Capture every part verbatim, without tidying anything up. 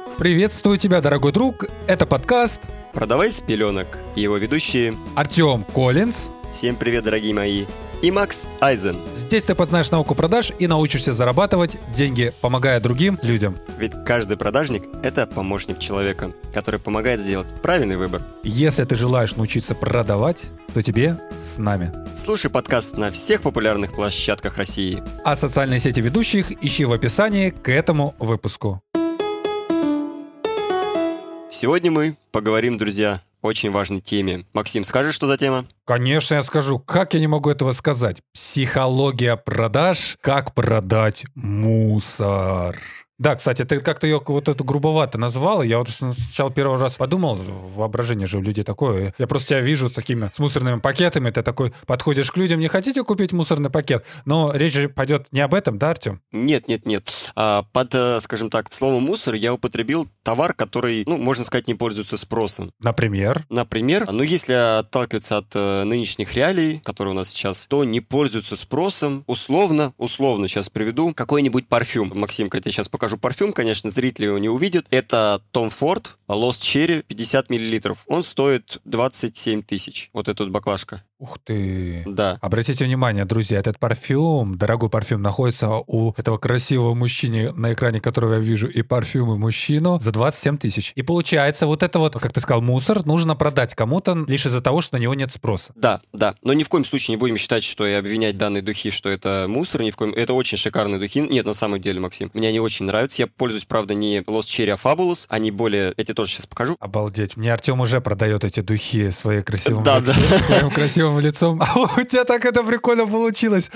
Приветствую тебя, дорогой друг. Это подкаст «Продавай с пеленок» и его ведущие Артем Коллинз. Всем привет, дорогие мои. И Макс Айзен. Здесь ты познаешь науку продаж и научишься зарабатывать деньги, помогая другим людям. Ведь каждый продажник – это помощник человека, который помогает сделать правильный выбор. Если ты желаешь научиться продавать, то тебе с нами. Слушай подкаст на всех популярных площадках России. А социальные сети ведущих ищи в описании к этому выпуску. Сегодня мы поговорим, друзья, о очень важной теме. Максим, скажешь, что за тема? Конечно, я скажу. Как я не могу этого сказать? Психология продаж. Как продать мусор. Да, кстати, ты как-то ее вот эту грубовато назвал, и я вот сначала первый раз подумал, воображение же у людей такое, я просто тебя вижу с такими с мусорными пакетами, ты такой подходишь к людям, не хотите купить мусорный пакет? Но речь же пойдет не об этом, да, Артем? Нет, нет, нет. А, под, скажем так, словом мусор я употребил товар, который, ну, можно сказать, не пользуется спросом. Например? Например, ну, если отталкиваться от э, нынешних реалий, которые у нас сейчас, то не пользуются спросом, условно, условно сейчас приведу, какой-нибудь парфюм. Максимка, я тебе сейчас покажу парфюм, конечно, зрители его не увидят. Это Tom Ford Lost Cherry пятьдесят миллилитров. Он стоит двадцать семь тысяч. Вот эта вот баклажка. Ух ты. Да. Обратите внимание, друзья, этот парфюм, дорогой парфюм, находится у этого красивого мужчины, на экране которого я вижу, и парфюм, и мужчину за двадцать семь тысяч. И получается, вот это вот, как ты сказал, мусор нужно продать кому-то лишь из-за того, что на него нет спроса. Да, да. Но ни в коем случае не будем считать, что и обвинять данные духи, что это мусор. Ни в коем... Это очень шикарные духи. Нет, на самом деле, Максим, мне они очень нравятся. Я пользуюсь, правда, не Lost Cherry, а Fabulous. Они более... Я тебе тоже сейчас покажу. Обалдеть. Мне Артем уже продает эти духи своей красивым да, лицом, да. своим красивым лицом. А у тебя так это прикольно получилось.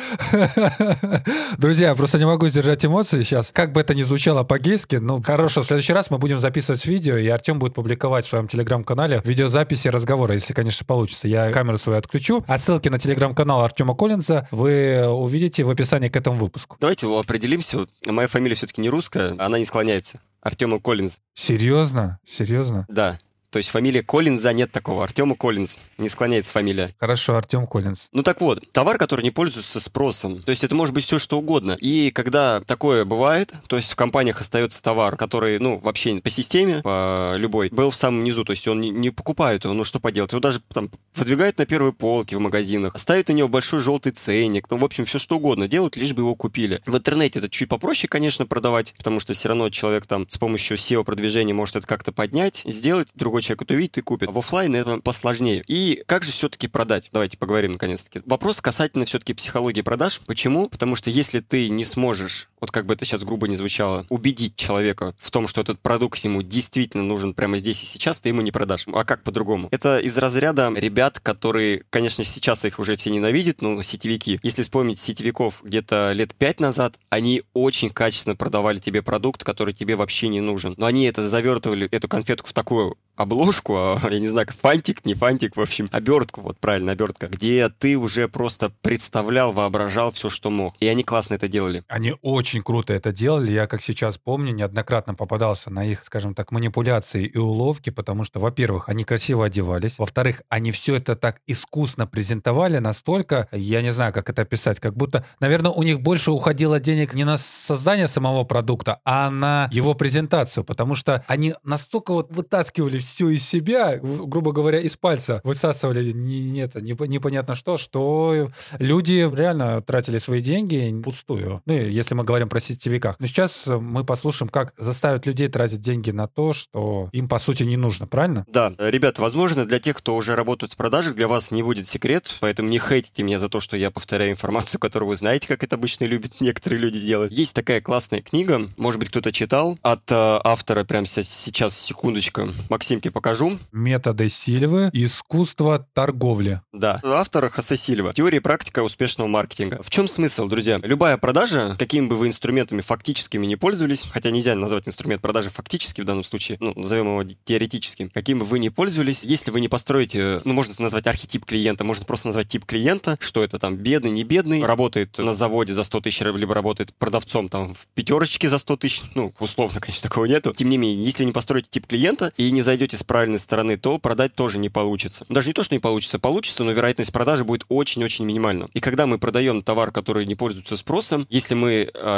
Друзья, я просто не могу сдержать эмоции сейчас. Как бы это ни звучало по-гейски, ну, хорошо, в следующий раз мы будем записывать видео, и Артем будет публиковать в своем телеграм-канале видеозаписи разговора, если, конечно, получится. Я камеру свою отключу, а ссылки на телеграм-канал Артема Коллинза вы увидите в описании к этому выпуску. Давайте определимся. Моя фамилия все-таки не русская, она не склоняется. Артема Коллинз. Серьезно? Серьезно? Да. То есть фамилия Коллинза нет такого. Артема Коллинз. Не склоняется фамилия. Хорошо, Артем Коллинз. Ну так вот, товар, который не пользуется спросом. То есть это может быть все, что угодно. И когда такое бывает, то есть в компаниях остается товар, который, ну, вообще по системе, по любой, был в самом низу. То есть он не, не покупает его, ну что поделать. Его даже там выдвигают на первые полки в магазинах, ставят на него большой желтый ценник. Ну, в общем, все что угодно делают, лишь бы его купили. В интернете это чуть попроще, конечно, продавать, потому что все равно человек там с помощью сео-продвижения может это как-то поднять, сделать, другой человек это увидит и купит. В офлайне это посложнее. И как же все-таки продать? Давайте поговорим наконец-таки. Вопрос касательно все-таки психологии продаж. Почему? Потому что если ты не сможешь, вот как бы это сейчас грубо не звучало, убедить человека в том, что этот продукт ему действительно нужен прямо здесь и сейчас, ты ему не продашь. А как по-другому? Это из разряда ребят, которые, конечно, сейчас их уже все ненавидят, но сетевики. Если вспомнить сетевиков где-то лет пять назад, они очень качественно продавали тебе продукт, который тебе вообще не нужен. Но они это завертывали, эту конфетку в такую обложку, а, я не знаю, фантик, не фантик, в общем, обертку, вот правильно, обертка, где ты уже просто представлял, воображал все, что мог. И они классно это делали. Они очень круто это делали. Я, как сейчас помню, неоднократно попадался на их, скажем так, манипуляции и уловки, потому что, во-первых, они красиво одевались, во-вторых, они все это так искусно презентовали настолько, я не знаю, как это описать, как будто, наверное, у них больше уходило денег не на создание самого продукта, а на его презентацию, потому что они настолько вот вытаскивали все из себя, грубо говоря, из пальца высасывали не, нет, не, непонятно что, что люди реально тратили свои деньги пустую. Ну, если мы говорим про сетевиках. Но сейчас мы послушаем, как заставить людей тратить деньги на то, что им, по сути, не нужно, правильно? Да. Ребят, возможно, для тех, кто уже работает с продажей, для вас не будет секрет, поэтому не хейтите меня за то, что я повторяю информацию, которую вы знаете, как это обычно любят некоторые люди делать. Есть такая классная книга, может быть, кто-то читал, от э, автора, прямо сейчас, секундочку, Максимке покажу. Методы Сильвы. Искусство торговли. Да. Автор Хосе Сильва. Теория и практика успешного маркетинга. В чем смысл, друзья? Любая продажа, какими бы вы инструментами фактическими не пользовались, хотя нельзя назвать инструмент продажи фактически в данном случае, ну, назовем его теоретическим, каким бы вы ни пользовались, если вы не построите, ну, можно назвать архетип клиента, можно просто назвать тип клиента, что это там бедный, не бедный, работает на заводе за сто тысяч, либо работает продавцом там в пятерочке за сто тысяч, ну, условно, конечно, такого нету. Тем не менее, если вы не построите тип клиента и не зайдете с правильной стороны, то продать тоже не получится. Даже не то, что не получится, получится, но вероятность продажи будет очень-очень минимальна. И когда мы продаем товар, который не пользуется спросом, если мы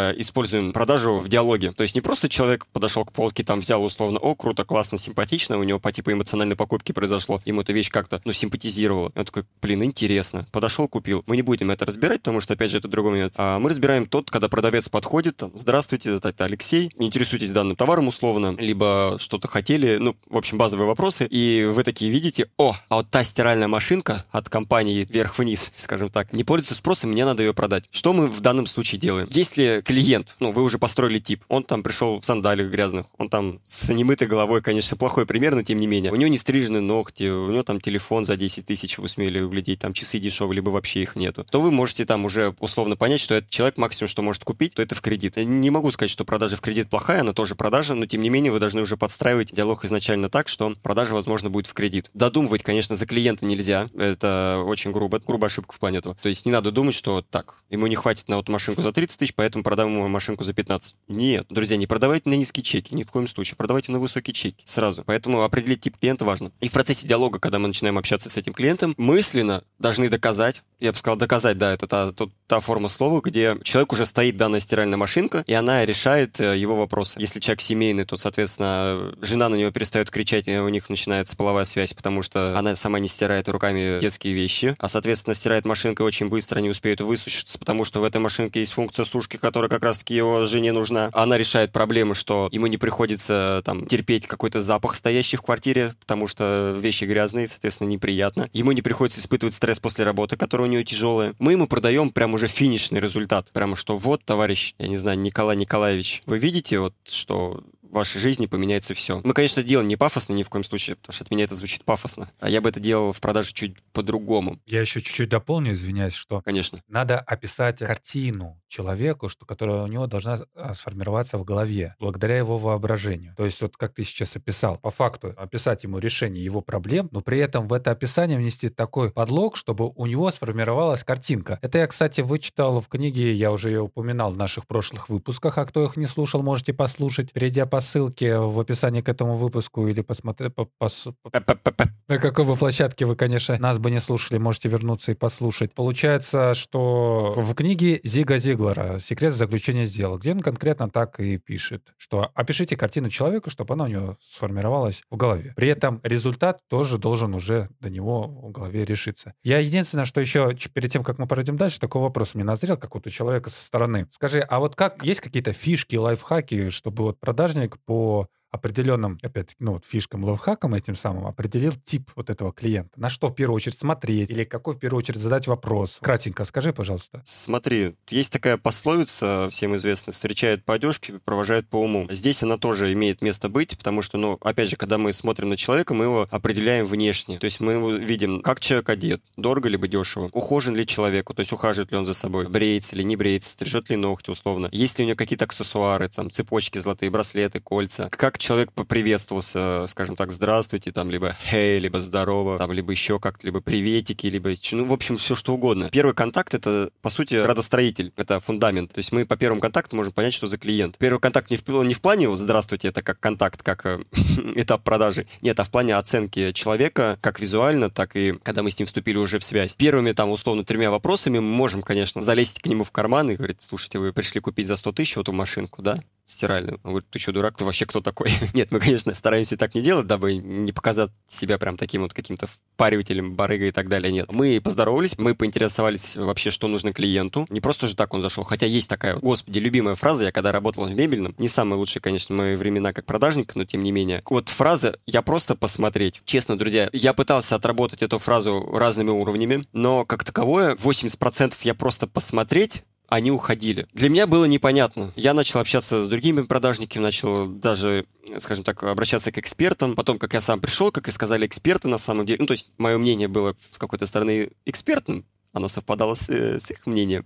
э, используем продажу в диалоге. То есть не просто человек подошел к полке, там взял условно, о, круто, классно, симпатично, у него по типу эмоциональной покупки произошло, ему эта вещь как-то, ну, симпатизировала. Он такой, блин, интересно. Подошел, купил. Мы не будем это разбирать, потому что, опять же, это другой момент. А мы разбираем тот, когда продавец подходит, там, здравствуйте, это Алексей, интересуетесь данным товаром условно, либо что-то хотели, ну, в общем, базовые вопросы, и вы такие видите, о, а вот та стиральная машинка от компании вверх-вниз, скажем так, не пользуется спросом, мне надо ее продать. Что мы в данном случае делаем? Если клиент, ну, вы уже построили тип, он там пришел в сандалиях грязных, он там с немытой головой, конечно, плохой пример, но тем не менее, у него не стрижены ногти, у него там телефон за десять тысяч, вы смели углядеть, там часы дешевые, либо вообще их нету, то вы можете там уже условно понять, что этот человек максимум, что может купить, то это в кредит. Я не могу сказать, что продажа в кредит плохая, она тоже продажа, но тем не менее вы должны уже подстраивать диалог изначально так, что продажа, возможно, будет в кредит. Додумывать, конечно, за клиента нельзя, это очень грубо, грубая ошибка в плане этого. То есть не надо думать, что так, ему не хватит на вот машинку за тридцать тысяч, поэтому продам ему машинку за пятнадцать. Нет, друзья, не продавайте на низкие чеки, ни в коем случае, продавайте на высокие чеки сразу. Поэтому определить тип клиента важно. И в процессе диалога, когда мы начинаем общаться с этим клиентом, мысленно должны доказать, я бы сказал, доказать, да, это та, та, та форма слова, где человек уже стоит данная стиральная машинка, и она решает его вопросы. Если человек семейный, то, соответственно, жена на него перестает кричать, и у них начинается половая связь, потому что она сама не стирает руками детские вещи, а, соответственно, стирает машинка очень быстро, они успеют высушиться, потому что в этой машинке есть функция сушки, которая как раз-таки его жене нужна. Она решает проблемы, что ему не приходится там терпеть какой-то запах, стоящий в квартире, потому что вещи грязные, соответственно, неприятно. Ему не приходится испытывать стресс после работы, который у него тяжелый. Мы ему продаем прям уже финишный результат. Прямо что вот, товарищ, я не знаю, Николай Николаевич, вы видите, вот что в вашей жизни поменяется все. Мы, конечно, делаем не пафосно ни в коем случае, потому что от меня это звучит пафосно. А я бы это делал в продаже чуть по-другому. Я еще чуть-чуть дополню, извиняюсь, что Конечно. надо описать картину человеку, что, которая у него должна а, сформироваться в голове, благодаря его воображению. То есть вот как ты сейчас описал, по факту описать ему решение его проблем, но при этом в это описание внести такой подлог, чтобы у него сформировалась картинка. Это я, кстати, вычитал в книге, я уже ее упоминал в наших прошлых выпусках, а кто их не слушал, можете послушать, перейдя по ссылке в описании к этому выпуску или посмотреть по, по, по, на какой бы площадке вы, конечно, нас бы не слушали, можете вернуться и послушать. Получается, что в книге Зига Зиглера «Секрет заключения сделок», где он конкретно так и пишет, что опишите картину человека, чтобы она у него сформировалась в голове. При этом результат тоже должен уже до него в голове решиться. Я единственное, что еще перед тем, как мы пройдем дальше, такой вопрос мне назрел, как вот у человека со стороны. Скажи, а вот как, есть какие-то фишки, лайфхаки, чтобы вот продажник по определенным, опять, ну вот фишкам, лайфхакам этим самым определил тип вот этого клиента? На что в первую очередь смотреть? Или какой в первую очередь задать вопрос? Кратенько скажи, пожалуйста. Смотри, есть такая пословица, всем известная: встречают по одежке, провожают по уму. Здесь она тоже имеет место быть, потому что, ну, опять же, когда мы смотрим на человека, мы его определяем внешне. То есть мы его видим, как человек одет, дорого либо дешево, ухожен ли человеку, то есть ухаживает ли он за собой, бреется ли, не бреется, стрижет ли ногти, условно. Есть ли у него какие-то аксессуары, там, цепочки золотые, браслеты, кольца. Как человек поприветствовался, скажем так, здравствуйте, там, либо хей, либо здорово, там, либо еще как-то, либо приветики, либо, ну, в общем, все что угодно. Первый контакт — это, по сути, градостроитель, это фундамент. То есть мы по первому контакту можем понять, что за клиент. Первый контакт не в, не в плане вот, здравствуйте, это как контакт, как э, этап продажи. Нет, а в плане оценки человека, как визуально, так и когда мы с ним вступили уже в связь. Первыми, там, условно, тремя вопросами мы можем, конечно, залезть к нему в карман и говорить: слушайте, вы пришли купить за сто тысяч эту машинку, да? Стиральную. Он говорит: ты что, дурак? Ты вообще кто такой? Нет, мы, конечно, стараемся так не делать, дабы не показать себя прям таким вот каким-то впаривателем, барыгой и так далее. Нет. Мы поздоровались, мы поинтересовались вообще, что нужно клиенту. Не просто же так он зашел, хотя есть такая, господи, любимая фраза. Я когда работал в мебельном, не самые лучшие, конечно, мои времена как продажник, но тем не менее. Вот фраза «я просто посмотреть». Честно, друзья, я пытался отработать эту фразу разными уровнями, но как таковое восемьдесят процентов «я просто посмотреть», они уходили. Для меня было непонятно. Я начал общаться с другими продажниками, начал даже, скажем так, обращаться к экспертам. Потом, как я сам пришел, как и сказали эксперты на самом деле, ну, то есть мое мнение было с какой-то стороны экспертным, оно совпадало с, с их мнением.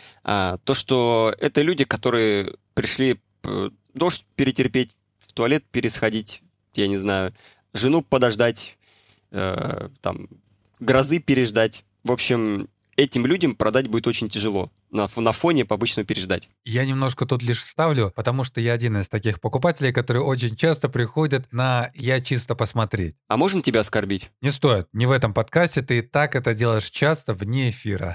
А, то, что это люди, которые пришли дождь перетерпеть, в туалет пересходить, я не знаю, жену подождать, э, там, грозы переждать. В общем, этим людям продать будет очень тяжело. на, на фоне обычно переждать. Я немножко тут лишь вставлю, потому что я один из таких покупателей, которые очень часто приходят на «я чисто посмотреть». А можно тебя оскорбить? Не стоит. Не в этом подкасте, ты и так это делаешь часто вне эфира.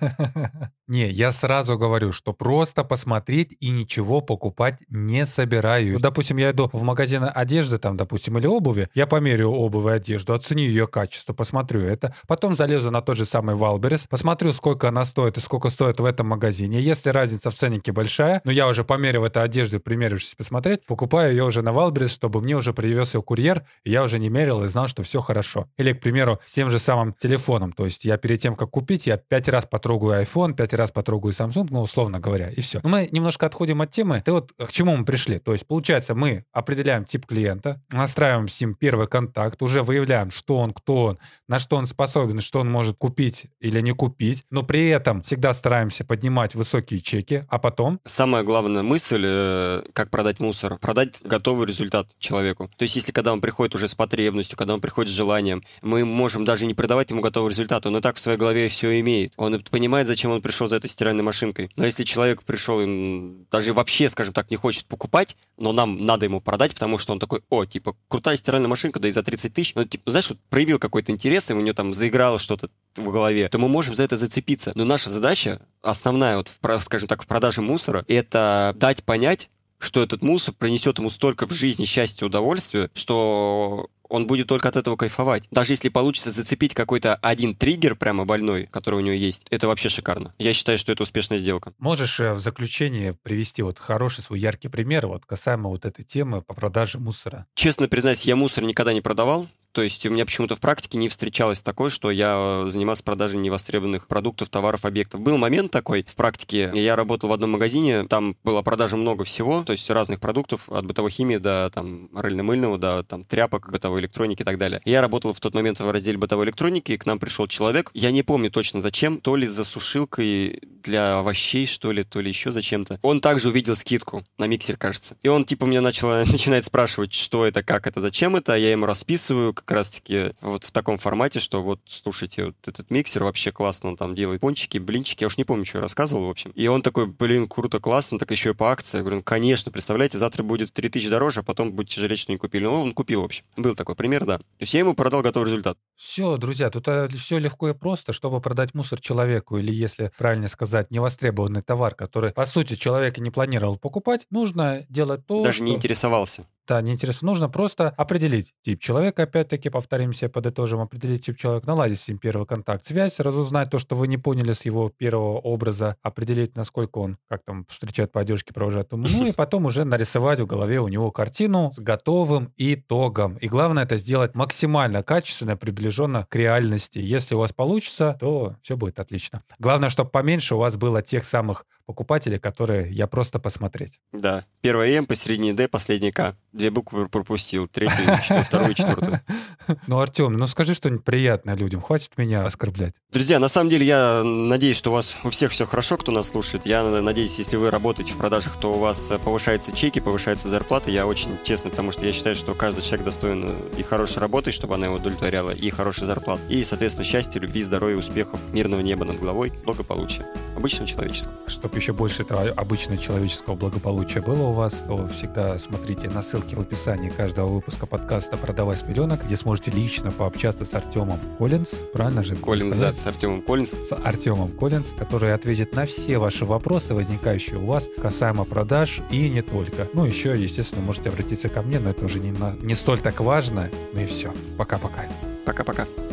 Не, я сразу говорю, что просто посмотреть и ничего покупать не собираюсь. Ну, допустим, я иду в магазин одежды, там, допустим, или обуви, я померяю обувь и одежду, оценю ее качество, посмотрю это, потом залезу на тот же самый Wildberries, посмотрю, сколько она стоит и сколько стоит в этом магазине. Если разница в ценнике большая, но я уже померив эту одежду, примерившись посмотреть, покупаю ее уже на Wildberries, чтобы мне уже привез ее курьер, и я уже не мерил и знал, что все хорошо. Или, к примеру, с тем же самым телефоном. То есть я перед тем, как купить, я пять раз потрогаю iPhone, пять раз потрогаю Samsung, ну, условно говоря, и все. Но мы немножко отходим от темы. И вот к чему мы пришли? То есть, получается, мы определяем тип клиента, настраиваем с ним первый контакт, уже выявляем, что он, кто он, на что он способен, что он может купить или не купить, но при этом всегда стараемся поднимать высокие чеки, а потом... Самая главная мысль, э, как продать мусор, продать готовый результат человеку. То есть, если когда он приходит уже с потребностью, когда он приходит с желанием, мы можем даже не продавать ему готовый результат, он и так в своей голове все имеет. Он понимает, зачем он пришел за этой стиральной машинкой. Но если человек пришел и даже вообще, скажем так, не хочет покупать, но нам надо ему продать, потому что он такой, о, типа, крутая стиральная машинка, да и за тридцать тысяч, ну, типа, знаешь, вот проявил какой-то интерес, и у него там заиграло что-то в голове, то мы можем за это зацепиться. Но наша задача, основная, вот, в, скажем так, в продаже мусора, это дать понять, что этот мусор принесет ему столько в жизни счастья и удовольствия, что он будет только от этого кайфовать. Даже если получится зацепить какой-то один триггер прямо больной, который у него есть, это вообще шикарно. Я считаю, что это успешная сделка. Можешь в заключение привести вот хороший свой яркий пример вот касаемо вот этой темы по продаже мусора? Честно признаюсь, я мусор никогда не продавал. То есть у меня почему-то в практике не встречалось такое, что я занимался продажей невостребованных продуктов, товаров, объектов. Был момент такой в практике. Я работал в одном магазине, там была продажа много всего, то есть разных продуктов, от бытовой химии до там рыльно-мыльного, до там тряпок, бытовой электроники и так далее. Я работал в тот момент в разделе бытовой электроники, и к нам пришел человек. Я не помню точно зачем, то ли за сушилкой для овощей, что ли, то ли еще зачем-то. Он также увидел скидку на миксер, кажется. И он типа меня начал, начинает спрашивать, что это, как это, зачем это. Я ему расписываю, как раз-таки вот в таком формате, что вот, слушайте, вот этот миксер вообще классно, он там делает пончики, блинчики, я уж не помню, что я рассказывал, в общем. И он такой, блин, круто, классно, так еще и по акции. Я говорю, ну, конечно, представляете, завтра будет в три тысячи дороже, а потом будете жалеть, что не купили. Ну, он купил, в общем. Был такой пример, да. То есть я ему продал готовый результат. Все, друзья, тут все легко и просто. Чтобы продать мусор человеку, или, если правильно сказать, невостребованный товар, который, по сути, человек и не планировал покупать, нужно делать то, Даже что... не интересовался. Да, неинтересно. Нужно просто определить тип человека, опять-таки, повторимся, подытожим, определить тип человека, наладить с ним первый контакт, связь, разузнать то, что вы не поняли с его первого образа, определить, насколько он, как там, встречает по одежке, провожает ему, ну и потом уже нарисовать в голове у него картину с готовым итогом. И главное это сделать максимально качественно, приближенно к реальности. Если у вас получится, то все будет отлично. Главное, чтобы поменьше у вас было тех самых покупателей, которые я просто посмотреть. Да. Первое М, посередине Д, последний К. Две буквы пропустил, третью, вторую, четвертую. Ну, Артем, ну скажи что-нибудь приятное людям, хватит меня оскорблять. Друзья, на самом деле я надеюсь, что у вас у всех все хорошо, кто нас слушает. Я надеюсь, если вы работаете в продажах, то у вас повышаются чеки, повышаются зарплаты. Я очень честно, потому что я считаю, что каждый человек достоин и хорошей работы, чтобы она его удовлетворяла, и хорошей зарплаты. И, соответственно, счастья, любви, здоровья, успехов, мирного неба над головой, благополучия. Обычного человеческого. Чтобы еще больше этого обычного человеческого благополучия было у вас, то всегда смотрите на ссылки в описании каждого выпуска подкаста «Продавай с пеленок», где сможете лично пообщаться с Артемом Коллинз, правильно же? Коллинз, да, с Артемом Коллинз. С Артемом Коллинз, который ответит на все ваши вопросы, возникающие у вас касаемо продаж и не только. Ну, еще, естественно, можете обратиться ко мне, но это уже не, на... не столь так важно. Ну и все. Пока-пока. Пока-пока.